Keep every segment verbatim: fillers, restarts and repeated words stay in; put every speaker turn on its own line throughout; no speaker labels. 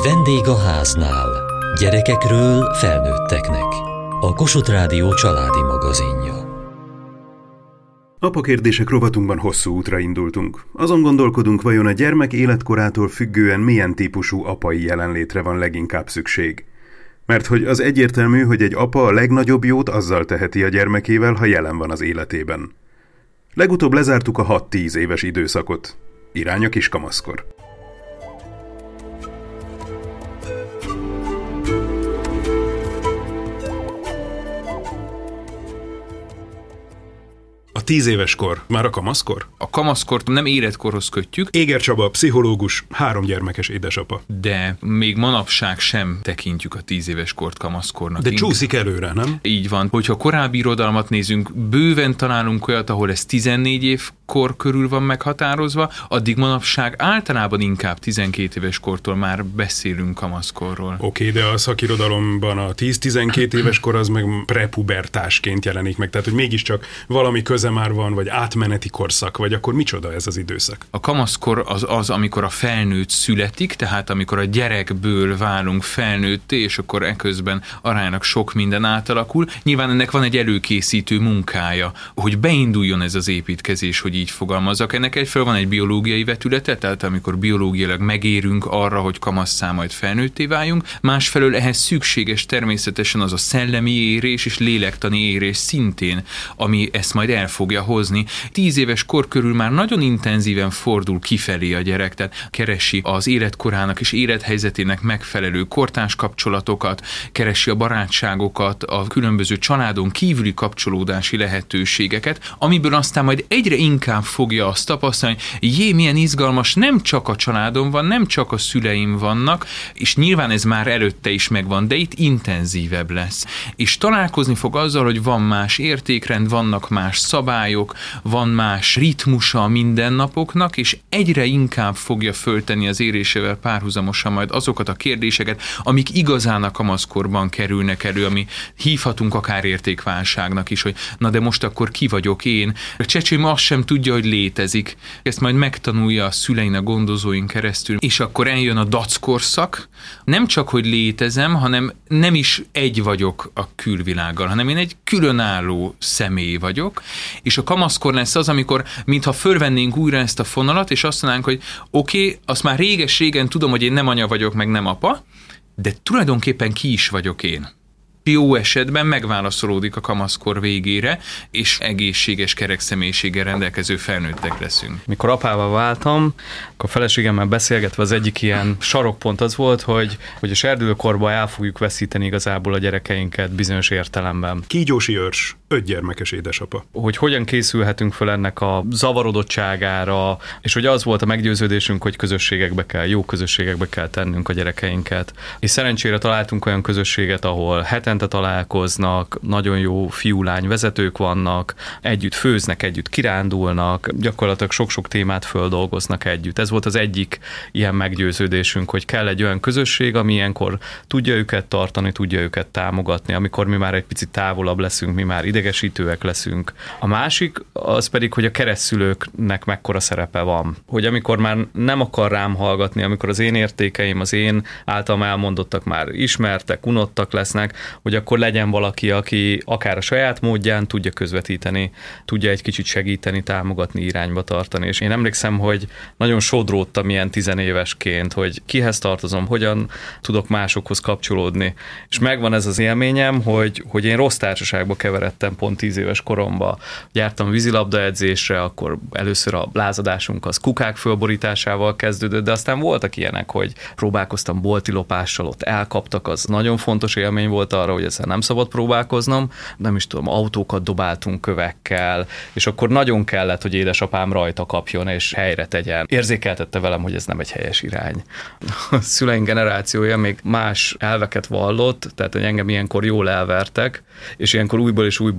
Vendég a háznál. Gyerekekről felnőtteknek. A Kossuth Rádió családi magazinja.
Apakérdések rovatunkban hosszú útra indultunk. Azon gondolkodunk, vajon a gyermek életkorától függően milyen típusú apai jelenlétre van leginkább szükség. Mert hogy az egyértelmű, hogy egy apa a legnagyobb jót azzal teheti a gyermekével, ha jelen van az életében. Legutóbb lezártuk a hat-tíz éves időszakot. Irány a kiskamaszkor. A tíz éves kor, már a kamaszkor?
A kamaszkort nem életkorhoz kötjük.
Éger Csaba, pszichológus, három gyermekes édesapa.
De még manapság sem tekintjük a tíz éves kort kamaszkornak.
De csúszik előre, nem?
Így van. Hogyha korábbi irodalmat nézünk, bőven találunk olyat, ahol ez tizennégy évkor körül van meghatározva, addig manapság általában inkább tizenkét éves kortól már beszélünk kamaszkorról.
Oké, okay, de a szakirodalomban a tíz-tizenkét éves kor az meg prepubertásként jelenik meg, tehát hogy mégiscsak valami köze már van, vagy átmeneti korszak, vagy akkor micsoda ez az időszak?
A kamaszkor az az, amikor a felnőtt születik, tehát amikor a gyerekből válunk felnőtté, és akkor eközben aránylag sok minden átalakul. Nyilván ennek van egy előkészítő munkája, hogy beinduljon ez az építkezés, hogy így fogalmazzak. Ennek egyfelől van egy biológiai vetülete, tehát amikor biológiailag megérünk arra, hogy kamasszá majd felnőtté váljunk, másfelől ehhez szükséges természetesen az a szellemi érés és lélektani érés szintén, ami ezt majd el fogja hozni. Tíz éves kor körül már nagyon intenzíven fordul kifelé a gyerek, tehát keresi az életkorának és élethelyzetének megfelelő kortárs kapcsolatokat, keresi a barátságokat, a különböző családon kívüli kapcsolódási lehetőségeket, amiből aztán majd egyre inkább fogja azt tapasztalni, hogy jé, milyen izgalmas, nem csak a családom van, nem csak a szüleim vannak, és nyilván ez már előtte is megvan, de itt intenzívebb lesz. És találkozni fog azzal, hogy van más értékrend, vannak más szabályok, van más ritmusa a mindennapoknak, és egyre inkább fogja föltenni az érésével párhuzamosan majd azokat a kérdéseket, amik igazán a kamaszkorban kerülnek elő, ami hívhatunk akár értékválságnak is, hogy na de most akkor ki vagyok én? A csecsemő azt sem tudja, hogy létezik. Ezt majd megtanulja a szülein, a gondozóin keresztül, és akkor eljön a dackorszak. Nem csak, hogy létezem, hanem nem is egy vagyok a külvilággal, hanem én egy különálló személy vagyok, és a kamaszkor lesz az, amikor mintha fölvennénk újra ezt a fonalat, és azt mondanánk, hogy oké, okay, azt már réges-régen tudom, hogy én nem anya vagyok, meg nem apa, de tulajdonképpen ki is vagyok én. Jó esetben megválaszolódik a kamaszkor végére, és egészséges kerekszemélyiséggel rendelkező felnőttek leszünk.
Mikor apává váltam, akkor feleségemmel beszélgetve az egyik ilyen sarokpont az volt, hogy, hogy a serdülőkorban el fogjuk veszíteni igazából a gyerekeinket bizonyos értelemben.
Kígyósi Őrs, öt gyermekes édesapa.
Hogy hogyan készülhetünk föl ennek a zavarodottságára, és hogy az volt a meggyőződésünk, hogy közösségekbe kell, jó közösségekbe kell tennünk a gyerekeinket. És szerencsére találtunk olyan közösséget, ahol hetente találkoznak, nagyon jó fiú-lány vezetők vannak, együtt főznek, együtt kirándulnak, gyakorlatilag sok-sok témát földolgoznak együtt. Ez volt az egyik ilyen meggyőződésünk, hogy kell egy olyan közösség, ami ilyenkor tudja őket tartani, tudja őket támogatni, amikor mi már egy picit távolabb leszünk, mi már idegesítőek leszünk. A másik az pedig, hogy a keresztszülőknek mekkora szerepe van. Hogy amikor már nem akar rám hallgatni, amikor az én értékeim, az én általam elmondottak már ismertek, unottak lesznek, hogy akkor legyen valaki, aki akár a saját módján tudja közvetíteni, tudja egy kicsit segíteni, támogatni, irányba tartani. És én emlékszem, hogy nagyon sodródtam ilyen tizenévesként, hogy kihez tartozom, hogyan tudok másokhoz kapcsolódni. És megvan ez az élményem, hogy, hogy én rossz társaságba keveredtem pont tíz éves koromba. Jártam vízilabdaedzésre, akkor először a lázadásunk az kukák fölborításával kezdődött, de aztán voltak ilyenek, hogy próbálkoztam bolti lopással, ott elkaptak, az nagyon fontos élmény volt arra, hogy ezzel nem szabad próbálkoznom, nem is tudom, autókat dobáltunk kövekkel, és akkor nagyon kellett, hogy édesapám rajta kapjon és helyre tegyen. Érzékeltette velem, hogy ez nem egy helyes irány. A szüleink generációja még más elveket vallott, tehát hogy engem ilyenkor jól elvertek, és ilyenkor újból és újból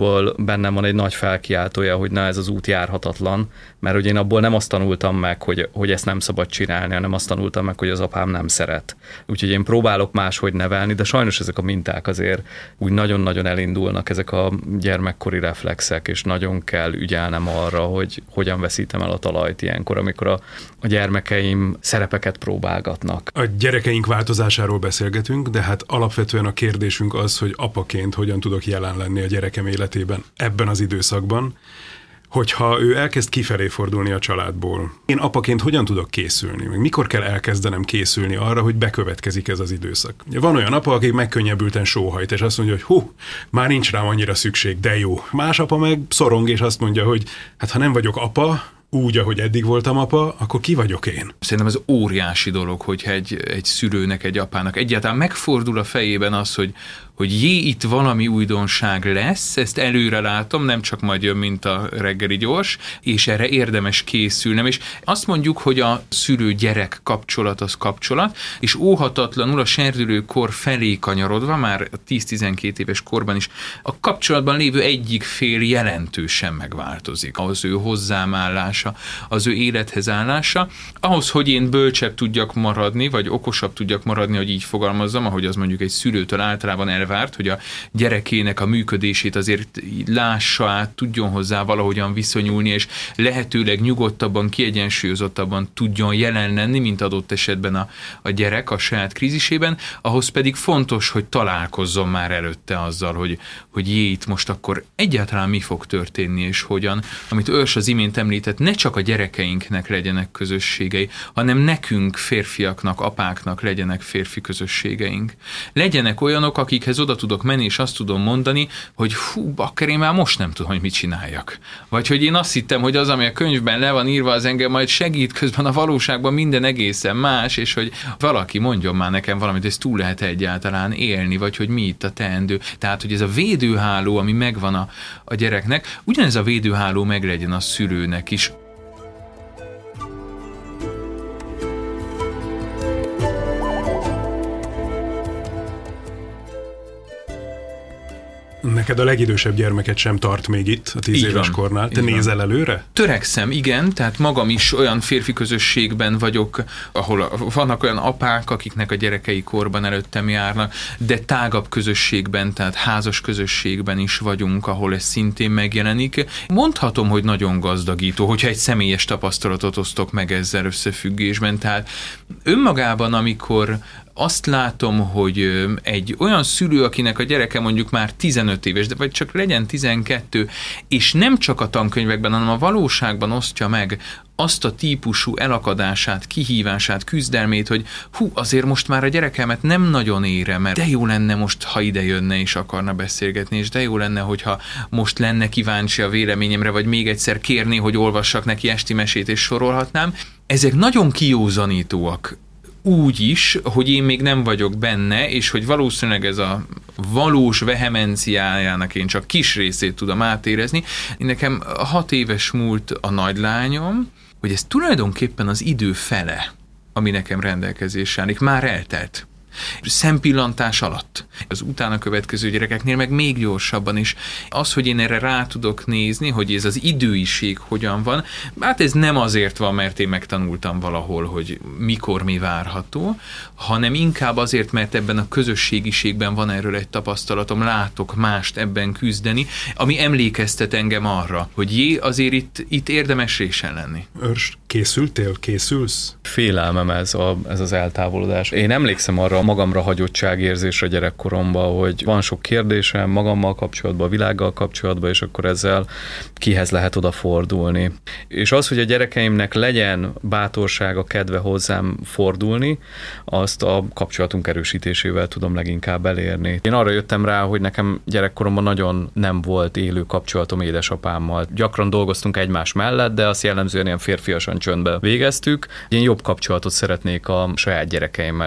szempontból bennem van egy nagy felkiáltója, hogy na ez az út járhatatlan, mert hogy én abból nem azt tanultam meg, hogy, hogy ezt nem szabad csinálni, hanem azt tanultam meg, hogy az apám nem szeret. Úgyhogy én próbálok máshogy nevelni, de sajnos ezek a minták azért úgy nagyon-nagyon elindulnak, ezek a gyermekkori reflexek, és nagyon kell ügyelnem arra, hogy hogyan veszítem el a talajt ilyenkor, amikor a, a gyermekeim szerepeket próbálgatnak.
A gyerekeink változásáról beszélgetünk, de hát alapvetően a kérdésünk az, hogy apaként hogyan tudok jelen lenni a gyerekem életében ebben az időszakban, hogyha ő elkezd kifelé fordulni a családból. Én apaként hogyan tudok készülni? Meg mikor kell elkezdenem készülni arra, hogy bekövetkezik ez az időszak? Van olyan apa, aki megkönnyebbülten sóhajt, és azt mondja, hogy hú, már nincs rám annyira szükség, de jó. Más apa meg szorong, és azt mondja, hogy hát ha nem vagyok apa, úgy, ahogy eddig voltam apa, akkor ki vagyok én?
Szerintem ez óriási dolog, hogyha egy, egy szülőnek, egy apának egyáltalán megfordul a fejében az, hogy, hogy jé, itt valami újdonság lesz, ezt előre látom, nem csak majd jön, mint a reggeli gyors, és erre érdemes készülnem. És azt mondjuk, hogy a szülő-gyerek kapcsolat az kapcsolat, és óhatatlanul a serdülőkor felé kanyarodva, már a tíz-tizenkét éves korban is a kapcsolatban lévő egyik fél jelentősen megváltozik. Az ő hozzám állása, az ő élethez állása. Ahhoz, hogy én bölcsebb tudjak maradni, vagy okosabb tudjak maradni, hogy így fogalmazzam, ahogy az mondjuk egy szülőtől általában elvárt, hogy a gyerekének a működését azért lássa át, tudjon hozzá valahogyan viszonyulni, és lehetőleg nyugodtabban, kiegyensúlyozottabban tudjon jelen lenni, mint adott esetben a, a gyerek a saját krízisében, ahhoz pedig fontos, hogy találkozzon már előtte azzal, hogy, hogy jé, itt most akkor egyáltalán mi fog történni, és hogyan. Amit Őrs az imént említett, ne csak a gyerekeinknek legyenek közösségei, hanem nekünk, férfiaknak, apáknak legyenek férfi közösségeink. Legyenek olyanok, akikhez oda tudok menni, és azt tudom mondani, hogy hú, bakker, én már most nem tudom, hogy mit csináljak. Vagy hogy én azt hittem, hogy az, ami a könyvben le van írva, az engem majd segít, közben a valóságban minden egészen más, és hogy valaki mondjon már nekem valamit, ezt túl lehet egyáltalán élni, vagy hogy mi itt a teendő. Tehát, hogy ez a védőháló, ami megvan a, a gyereknek, ugyanez a védőháló meglegyen a szülőnek is.
Neked a legidősebb gyermeket sem tart még itt, a tíz
így
éves
van,
kornál. Te nézel van. Előre?
Törekszem, igen, tehát magam is olyan férfi közösségben vagyok, ahol vannak olyan apák, akiknek a gyerekei korban előttem járnak, de tágabb közösségben, tehát házas közösségben is vagyunk, ahol ez szintén megjelenik. Mondhatom, hogy nagyon gazdagító, hogyha egy személyes tapasztalatot osztok meg ezzel összefüggésben. Tehát önmagában, amikor azt látom, hogy egy olyan szülő, akinek a gyereke mondjuk már tizenöt éves, de vagy csak legyen tizenkettő, és nem csak a tankönyvekben, hanem a valóságban osztja meg azt a típusú elakadását, kihívását, küzdelmét, hogy hú, azért most már a gyerekemet nem nagyon érem, mert de jó lenne most, ha ide jönne és akarna beszélgetni, és de jó lenne, hogyha most lenne kíváncsi a véleményemre, vagy még egyszer kérné, hogy olvassak neki esti mesét, és sorolhatnám. Ezek nagyon kiózanítóak. Úgy is, hogy én még nem vagyok benne, és hogy valószínűleg ez a valós vehemenciájának én csak kis részét tudom átérezni. Nekem hat éves múlt a nagylányom, hogy ez tulajdonképpen az idő fele, ami nekem rendelkezésre állik, már eltelt. Szempillantás alatt. Az utána következő gyerekeknél meg még gyorsabban is. Az, hogy én erre rá tudok nézni, hogy ez az időiség hogyan van, hát ez nem azért van, mert én megtanultam valahol, hogy mikor mi várható, hanem inkább azért, mert ebben a közösségiségben van erről egy tapasztalatom, látok mást ebben küzdeni, ami emlékeztet engem arra, hogy jé, azért itt, itt érdemes résen lenni.
Őrs, készültél? Készülsz?
Félelmem ez, a, ez az eltávolodás. Én emlékszem arra a magamra hagyottságérzésre gyerekkoromban, hogy van sok kérdésem magammal kapcsolatban, a világgal kapcsolatban, és akkor ezzel kihez lehet odafordulni. És az, hogy a gyerekeimnek legyen bátorsága, kedve hozzám fordulni, azt a kapcsolatunk erősítésével tudom leginkább elérni. Én arra jöttem rá, hogy nekem gyerekkoromban nagyon nem volt élő kapcsolatom édesapámmal. Gyakran dolgoztunk egymás mellett, de azt jellemzően ilyen férfiasan csöndbe végeztük. Én jobb kapcsolatot szeretnék a saját gyerekeimmel, és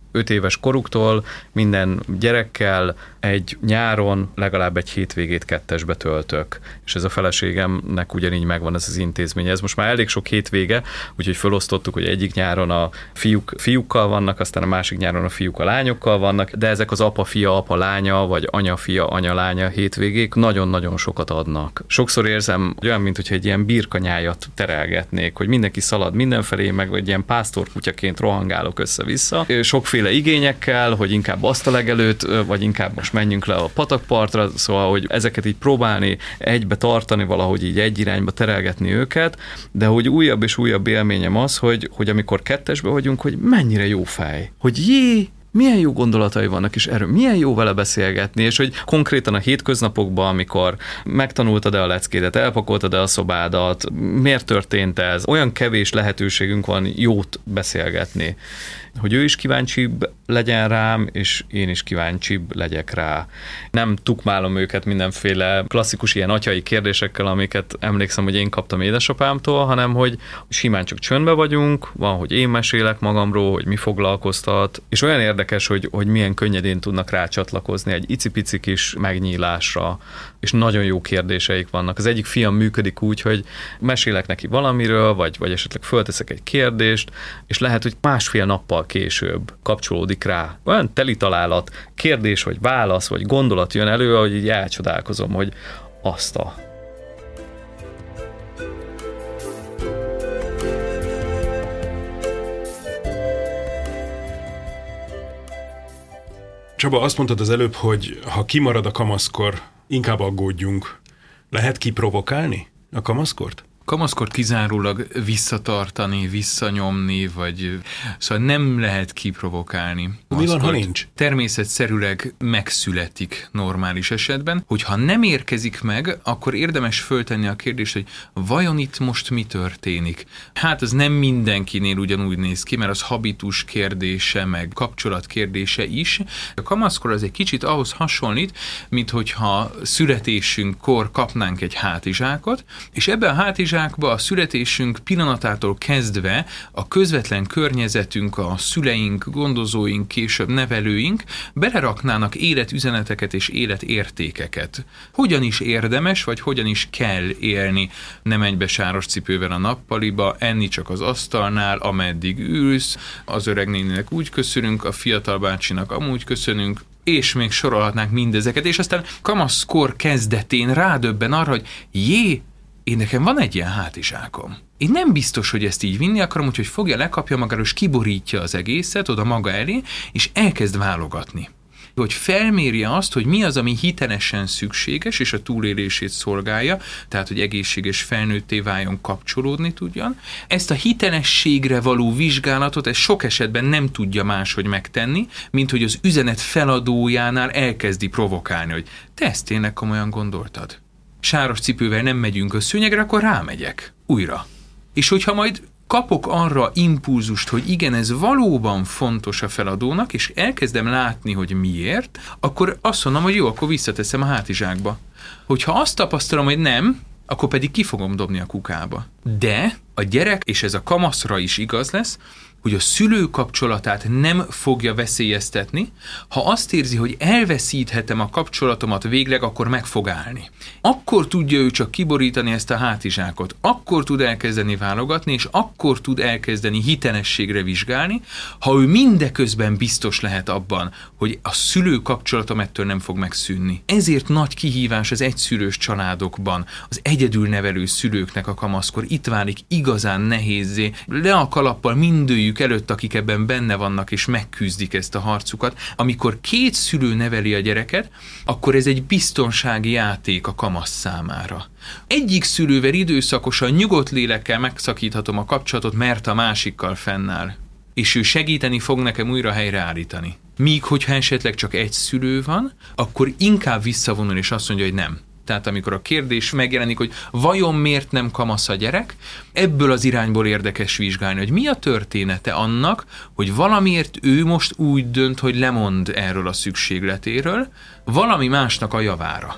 öt éves koruktól minden gyerekkel egy nyáron legalább egy hétvégét kettesbe töltök. És ez a feleségemnek ugyanígy megvan ez az intézmény. Ez most már elég sok hétvége, úgyhogy felosztottuk, hogy egyik nyáron a fiúk fiúkkal vannak, aztán a másik nyáron a fiúk a lányokkal vannak, de ezek az apa-fia, apa-lánya, vagy anya-fia, anya-lánya hétvégék nagyon-nagyon sokat adnak. Sokszor érzem olyan, mintha egy ilyen birkanyájat terelgetnék, hogy mindenki szalad mindenfelé, meg egy ilyen pásztorkutyaként rohangálok össze-vissza. Sokféle igényekkel, hogy inkább azt a legelőtt, vagy inkább most menjünk le a patakpartra, szóval, hogy ezeket így próbálni egybe tartani, valahogy így egy irányba terelgetni őket, de hogy újabb és újabb élményem az, hogy, hogy amikor kettesbe vagyunk, hogy mennyire jó fej, hogy jé, milyen jó gondolatai vannak, és erről milyen jó vele beszélgetni, és hogy konkrétan a hétköznapokban, amikor megtanultad-e a leckédet, elpakoltad-e a szobádat, miért történt ez, olyan kevés lehetőségünk van jót beszélgetni, hogy ő is kíváncsibb legyen rám, és én is kíváncsibb legyek rá. Nem tukmálom őket mindenféle klasszikus ilyen atyai kérdésekkel, amiket emlékszem, hogy én kaptam édesapámtól, hanem hogy simán csak csöndbe vagyunk, van, hogy én mesélek magamról, hogy mi foglalkoztat, és olyan érdekes, hogy, hogy milyen könnyedén tudnak rácsatlakozni egy icipici kis megnyílásra, és nagyon jó kérdéseik vannak. Az egyik fiam működik úgy, hogy mesélek neki valamiről, vagy, vagy esetleg fölteszek egy kérdést, és lehet, hogy másfél nappal később kapcsolódik rá. Olyan teli találat, kérdés, vagy válasz, vagy gondolat jön elő, hogy így elcsodálkozom, hogy azt a...
Csaba, azt mondtad az előbb, hogy ha kimarad a kamaszkor, inkább aggódjunk. Lehet kiprovokálni a kamaszkort?
Kamaszkort kizárólag visszatartani, visszanyomni, vagy szóval nem lehet kiprovokálni.
Mi van, ha nincs?
Természetszerűleg megszületik normális esetben. Hogyha nem érkezik meg, akkor érdemes föltenni a kérdést, hogy vajon itt most mi történik? Hát az nem mindenkinél ugyanúgy néz ki, mert az habitus kérdése, meg kapcsolat kérdése is. A kamaszkor az egy kicsit ahhoz hasonlít, mint hogyha születésünkkor kapnánk egy hátizsákot, és ebben a hátizsákban a születésünk pillanatától kezdve a közvetlen környezetünk, a szüleink, gondozóink, később nevelőink beleraknának életüzeneteket és életértékeket. Hogyan is érdemes, vagy hogyan is kell élni. Ne menj be sáros cipővel a nappaliba, enni csak az asztalnál, ameddig ülsz, az öreg néninek úgy köszönünk, a fiatal bácsinak amúgy köszönünk, és még sorolhatnánk mindezeket, és aztán kamaszkor kezdetén rádöbben arra, hogy jé, én nekem van egy ilyen hátizsákom. Én nem biztos, hogy ezt így vinni akarom, úgyhogy fogja, lekapja magáról, és kiborítja az egészet oda maga elé, és elkezd válogatni. Hogy felmérje azt, hogy mi az, ami hitelesen szükséges, és a túlélését szolgálja, tehát, hogy egészséges felnőtté váljon, kapcsolódni tudjon. Ezt a hitelességre való vizsgálatot, ez sok esetben nem tudja máshogy megtenni, mint hogy az üzenet feladójánál elkezdi provokálni, hogy te ezt tényleg komolyan gondoltad? Sáros cipővel nem megyünk a szőnyegre, akkor rámegyek. Újra. És hogyha majd kapok arra impulzust, hogy igen, ez valóban fontos a feladónak, és elkezdem látni, hogy miért, akkor azt mondom, hogy jó, akkor visszateszem a hátizsákba. Hogyha azt tapasztalom, hogy nem, akkor pedig ki fogom dobni a kukába. De a gyerek, és ez a kamaszra is igaz lesz, hogy a szülő kapcsolatát nem fogja veszélyeztetni, ha azt érzi, hogy elveszíthetem a kapcsolatomat végleg, akkor meg fog állni. Akkor tudja ő csak kiborítani ezt a hátizsákot, akkor tud elkezdeni válogatni, és akkor tud elkezdeni hitelességre vizsgálni, ha ő mindeközben biztos lehet abban, hogy a szülő kapcsolatom ettől nem fog megszűnni. Ezért nagy kihívás az egyszülős családokban, az egyedül nevelő szülőknek a kamaszkor itt válik igazán nehézzé, le a kalappal mindőjük előtt, akik ebben benne vannak, és megküzdik ezt a harcukat. Amikor két szülő neveli a gyereket, akkor ez egy biztonsági játék a kamasz számára. Egyik szülővel időszakosan nyugodt lélekkel megszakíthatom a kapcsolatot, mert a másikkal fennáll. És ő segíteni fog nekem újra helyreállítani. Míg, hogyha esetleg csak egy szülő van, akkor inkább visszavonul, és azt mondja, hogy nem. Tehát amikor a kérdés megjelenik, hogy vajon miért nem kamasz a gyerek, ebből az irányból érdekes vizsgálni, hogy mi a története annak, hogy valamiért ő most úgy dönt, hogy lemond erről a szükségletéről, valami másnak a javára.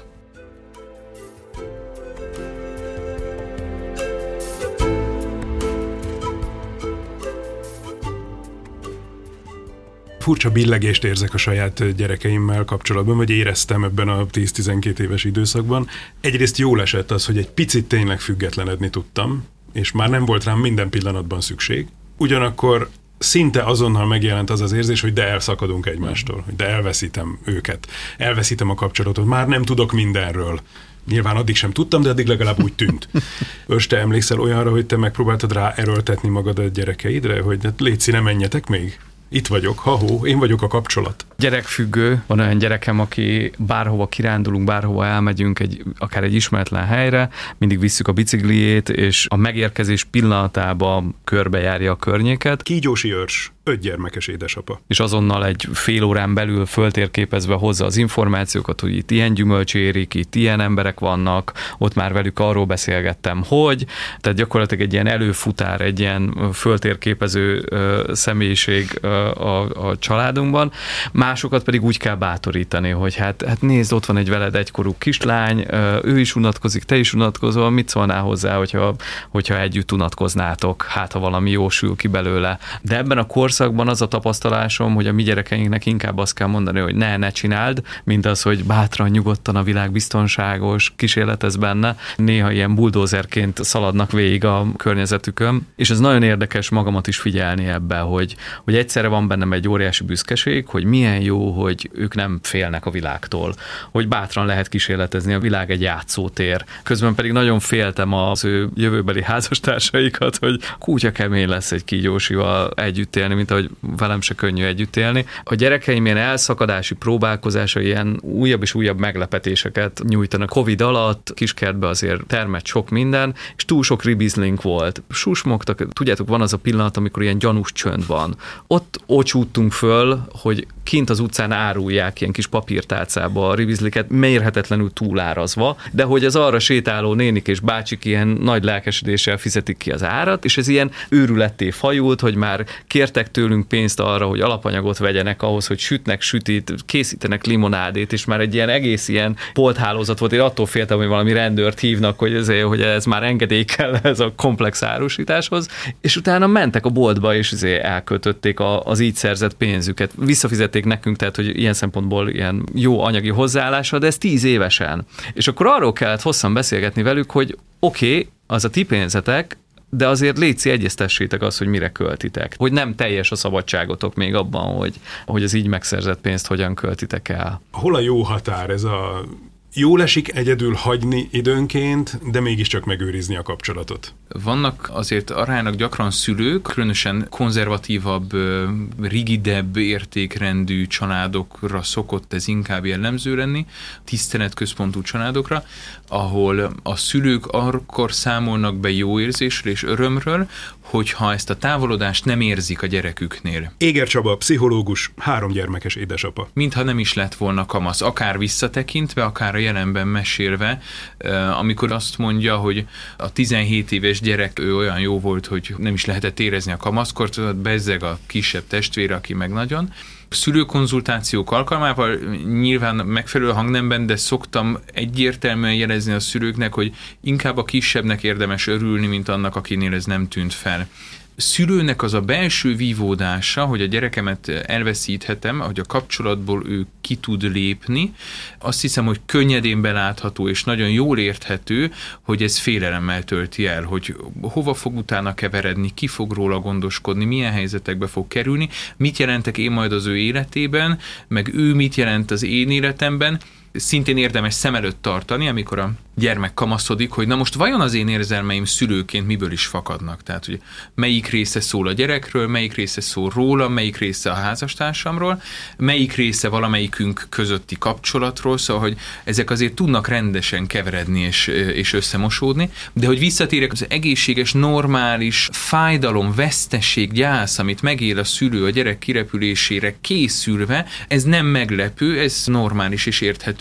Furcsa billegést érzek a saját gyerekeimmel kapcsolatban, vagy éreztem ebben a tíz-tizenkét éves időszakban. Egyrészt jól esett az, hogy egy picit tényleg függetlenedni tudtam, és már nem volt rám minden pillanatban szükség. Ugyanakkor szinte azonnal megjelent az az érzés, hogy de elszakadunk egymástól, hogy de elveszítem őket, elveszítem a kapcsolatot, már nem tudok mindenről. Nyilván addig sem tudtam, de addig legalább úgy tűnt. Ös, te emlékszel olyanra, hogy te megpróbáltad rá erőltetni magad a gyerekeidre, hogy létszi, ne menjetek még? Itt vagyok, ha-hó, én vagyok a kapcsolat.
Gyerekfüggő, van olyan gyerekem, aki bárhova kirándulunk, bárhova elmegyünk, egy, akár egy ismeretlen helyre, mindig visszük a bicikliét, és a megérkezés pillanatában körbejárja a környéket.
Kígyósi Őrs, öt gyermekes édesapa.
És azonnal egy fél órán belül föltérképezve hozza az információkat, hogy itt ilyen gyümölcs érik, itt ilyen emberek vannak, ott már velük arról beszélgettem, hogy, tehát gyakorlatilag egy ilyen előfutár, egy ilyen föltérképező uh, személyiség uh, a, a családunkban. Másokat pedig úgy kell bátorítani, hogy hát, hát nézd, ott van egy veled egykorú kislány, uh, ő is unatkozik, te is unatkozol, mit szólnál hozzá, hogyha, hogyha együtt unatkoznátok, hát ha valami jó sül ki belőle. De ebben a korszakban az a tapasztalásom, hogy a mi gyerekeinknek inkább azt kell mondani, hogy ne, ne csináld, mint az, hogy bátran, nyugodtan, a világ biztonságos, kísérletez benne. Néha ilyen buldózerként szaladnak végig a környezetükön, és ez nagyon érdekes magamat is figyelni ebbe, hogy, hogy egyszerre van bennem egy óriási büszkeség, hogy milyen jó, hogy ők nem félnek a világtól, hogy bátran lehet kísérletezni, a világ egy játszótér. Közben pedig nagyon féltem az ő jövőbeli házastársaikat, hogy kutya kemény lesz egy kígyósival együtt élni, mint ahogy velem se könnyű együtt élni. A gyerekeim ilyen elszakadási próbálkozása, ilyen újabb és újabb meglepetéseket nyújtanak. Covid alatt kiskertbe azért termett sok minden, és túl sok ribizlink volt. Susmogtak, tudjátok, van az a pillanat, amikor ilyen gyanús csönd van. Ott ocsúttunk föl, hogy kint az utcán árulják ilyen kis papírtálcába a ribizliket, mérhetetlenül túlárazva, de hogy az arra sétáló nénik és bácsik ilyen nagy lelkesedéssel fizetik ki az árat, és ez ilyen őrületté fajult, hogy már kértek tőlünk pénzt arra, hogy alapanyagot vegyenek ahhoz, hogy sütnek sütit, készítenek limonádét, és már egy ilyen egész ilyen polthálózat volt. Én attól féltem, hogy valami rendőrt hívnak, hogy, ezért, hogy ez már engedély kell ez a komplex árusításhoz, és utána mentek a boltba, és ezért elköltötték a, az így szerzett pénzüket. Visszafizették nekünk, tehát hogy ilyen szempontból ilyen jó anyagi hozzáállása, de ez tíz évesen. És akkor arról kellett hosszan beszélgetni velük, hogy oké, okay, az a ti pénzetek, de azért létszi, egyeztessétek azt, hogy mire költitek. Hogy nem teljes a szabadságotok még abban, hogy, hogy az így megszerzett pénzt hogyan költitek el.
Hol a jó határ? Ez a jól esik egyedül hagyni időnként, de mégiscsak megőrizni a kapcsolatot.
Vannak azért aránylag gyakran szülők, különösen konzervatívabb, rigidebb értékrendű családokra szokott ez inkább jellemző lenni, tiszteletközpontú családokra, ahol a szülők akkor számolnak be jó érzésről és örömről, hogyha ezt a távolodást nem érzik a gyereküknél.
Éger Csaba, pszichológus, három gyermekes édesapa.
Mintha nem is lett volna kamasz, akár visszatekintve, akár a jelenben mesélve, amikor azt mondja, hogy a tizenhét éves gyerek, ő olyan jó volt, hogy nem is lehetett érezni a kamaszkort, bezzeg a kisebb testvére, aki meg nagyon. Szülőkonzultációk alkalmával nyilván megfelelő hangnemben, de szoktam egyértelműen jelezni a szülőknek, hogy inkább a kisebbnek érdemes örülni, mint annak, akinél ez nem tűnt fel. Szülőnek az a belső vívódása, hogy a gyerekemet elveszíthetem, hogy a kapcsolatból ő ki tud lépni, azt hiszem, hogy könnyedén belátható és nagyon jól érthető, hogy ez félelemmel tölti el, hogy hova fog utána keveredni, ki fog róla gondoskodni, milyen helyzetekbe fog kerülni, mit jelentek én majd az ő életében, meg ő mit jelent az én életemben. Szintén érdemes szem előtt tartani, amikor a gyermek kamaszodik, hogy na most vajon az én érzelmeim szülőként miből is fakadnak. Tehát, hogy melyik része szól a gyerekről, melyik része szól róla, melyik része a házastársamról, melyik része valamelyikünk közötti kapcsolatról, szóval, hogy ezek azért tudnak rendesen keveredni és, és összemosódni, de hogy visszatérek az egészséges, normális fájdalom, vesztesség, gyász, amit megél a szülő a gyerek kirepülésére készülve, ez nem meglepő, ez normális és érthető.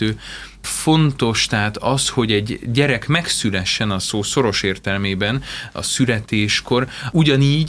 Fontos tehát az, hogy egy gyerek megszülessen a szó szoros értelmében a születéskor, ugyanígy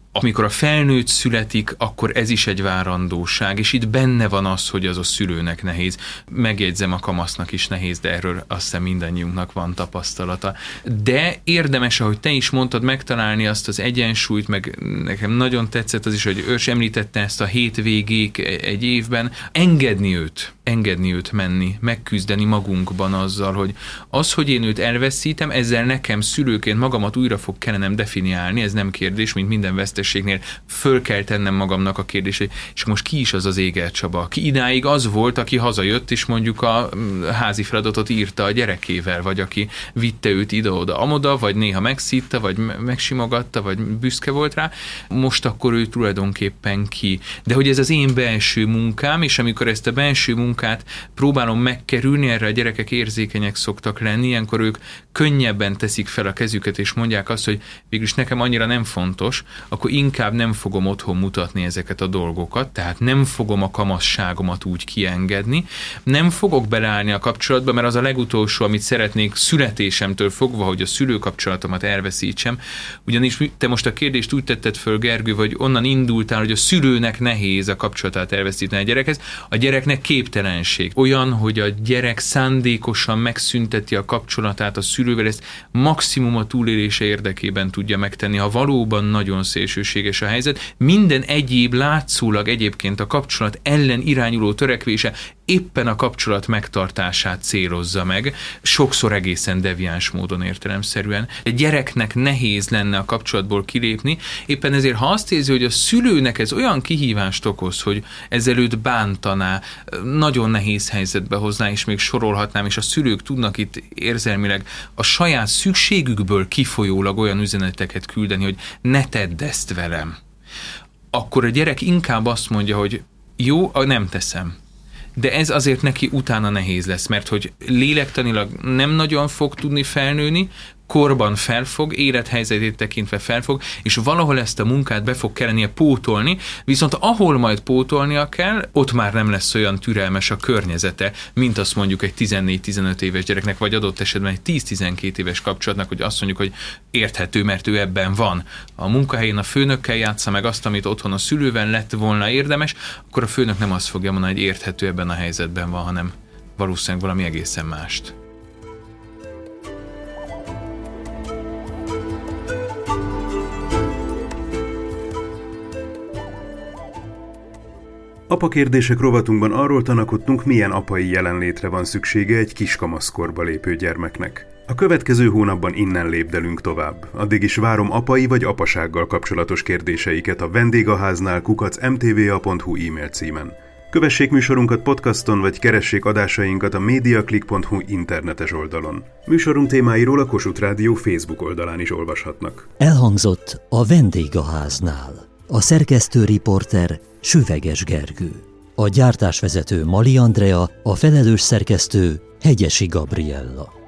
Amikor a felnőtt születik, akkor ez is egy várandóság, és itt benne van az, hogy az a szülőnek nehéz. Megjegyzem, a kamasznak is nehéz, de erről azt hiszem mindannyiunknak van tapasztalata. De érdemes, ahogy te is mondtad, megtalálni azt az egyensúlyt, meg nekem nagyon tetszett az is, hogy ő sem említette ezt a hétvégék egy évben, engedni őt, engedni őt menni, megküzdeni magunkban azzal, hogy az, hogy én őt elveszítem, ezzel nekem szülőként magamat újra fog kellenem definiálni, ez nem kérdés, mint minden vesztességnél, föl kell tennem magamnak a kérdést, és most ki is az az Éger Csaba? Ki idáig az volt, aki hazajött, és mondjuk a házi feladatot írta a gyerekével, vagy aki vitte őt ide-oda, amoda, vagy néha megszitta, vagy megsimogatta, vagy büszke volt rá, most akkor ő tulajdonképpen ki. De hogy ez az én belső munkám, és amikor ezt a belső munkát próbálom megkerülni, erre a gyerekek érzékenyek szoktak lenni, ilyenkor ők könnyebben teszik fel a kezüket, és mondják azt, hogy végülis nekem annyira nem fontos, akkor inkább nem fogom otthon mutatni ezeket a dolgokat, tehát nem fogom a kamasságomat úgy kiengedni, nem fogok beleállni a kapcsolatba, mert az a legutolsó, amit szeretnék születésemtől fogva, hogy a szülőkapcsolatomat elveszítsem, ugyanis te most a kérdést úgy tetted föl, Gergő, vagy onnan indultál, hogy a szülőnek nehéz a kapcsolatát elveszíteni a gyerekhez, a gyereknek képtelenség. Olyan, hogy a gyerek szándékosan megszünteti a kapcsolatát a szülővel, ezt maximum a túlélése érdekében tudja megtenni, ha valóban nagyon szélsőséges a helyzet. Minden egyéb látszólag egyébként a kapcsolat ellen irányuló törekvése éppen a kapcsolat megtartását célozza meg, sokszor egészen deviáns módon értelemszerűen. Egy gyereknek nehéz lenne a kapcsolatból kilépni, éppen ezért, ha azt érzi, hogy a szülőnek ez olyan kihívást okoz, hogy ezzel őt bántaná, nagyon nehéz helyzetbe hozná, és még sorolhatnám, és a szülők tudnak itt érzelmileg a saját szükségükből kifolyólag olyan üzeneteket küldeni, hogy ne tedd ezt velem. Akkor a gyerek inkább azt mondja, hogy jó, nem teszem. De ez azért neki utána nehéz lesz, mert hogy lélektanilag nem nagyon fog tudni felnőni, korban felfog, élethelyzetét tekintve felfog, és valahol ezt a munkát be fog kellenie pótolni, viszont ahol majd pótolnia kell, ott már nem lesz olyan türelmes a környezete, mint azt mondjuk egy tizennégy-tizenöt éves gyereknek, vagy adott esetben egy tíz-tizenkét éves kapcsolatnak, hogy azt mondjuk, hogy érthető, mert ő ebben van. A munkahelyén a főnökkel játsza meg azt, amit otthon a szülővel lett volna érdemes, akkor a főnök nem azt fogja mondani, hogy érthető, ebben a helyzetben van, hanem valószínűleg valami egészen mást.
Apa kérdések rovatunkban arról tanakodtunk, milyen apai jelenlétre van szüksége egy kiskamaszkorba lépő gyermeknek. A következő hónapban innen lépdelünk tovább. Addig is várom apai vagy apasággal kapcsolatos kérdéseiket a vendégháznál kukac m t v a pont h u e-mail címen. Kövessék műsorunkat podcaston, vagy keressék adásainkat a mediaclick pont h u internetes oldalon. Műsorunk témáiról a Kossuth Rádió Facebook oldalán is olvashatnak.
Elhangzott a vendégháznál. A szerkesztő riporter Süveges Gergő. A gyártásvezető Mali Andrea, a felelős szerkesztő Hegyesi Gabriella.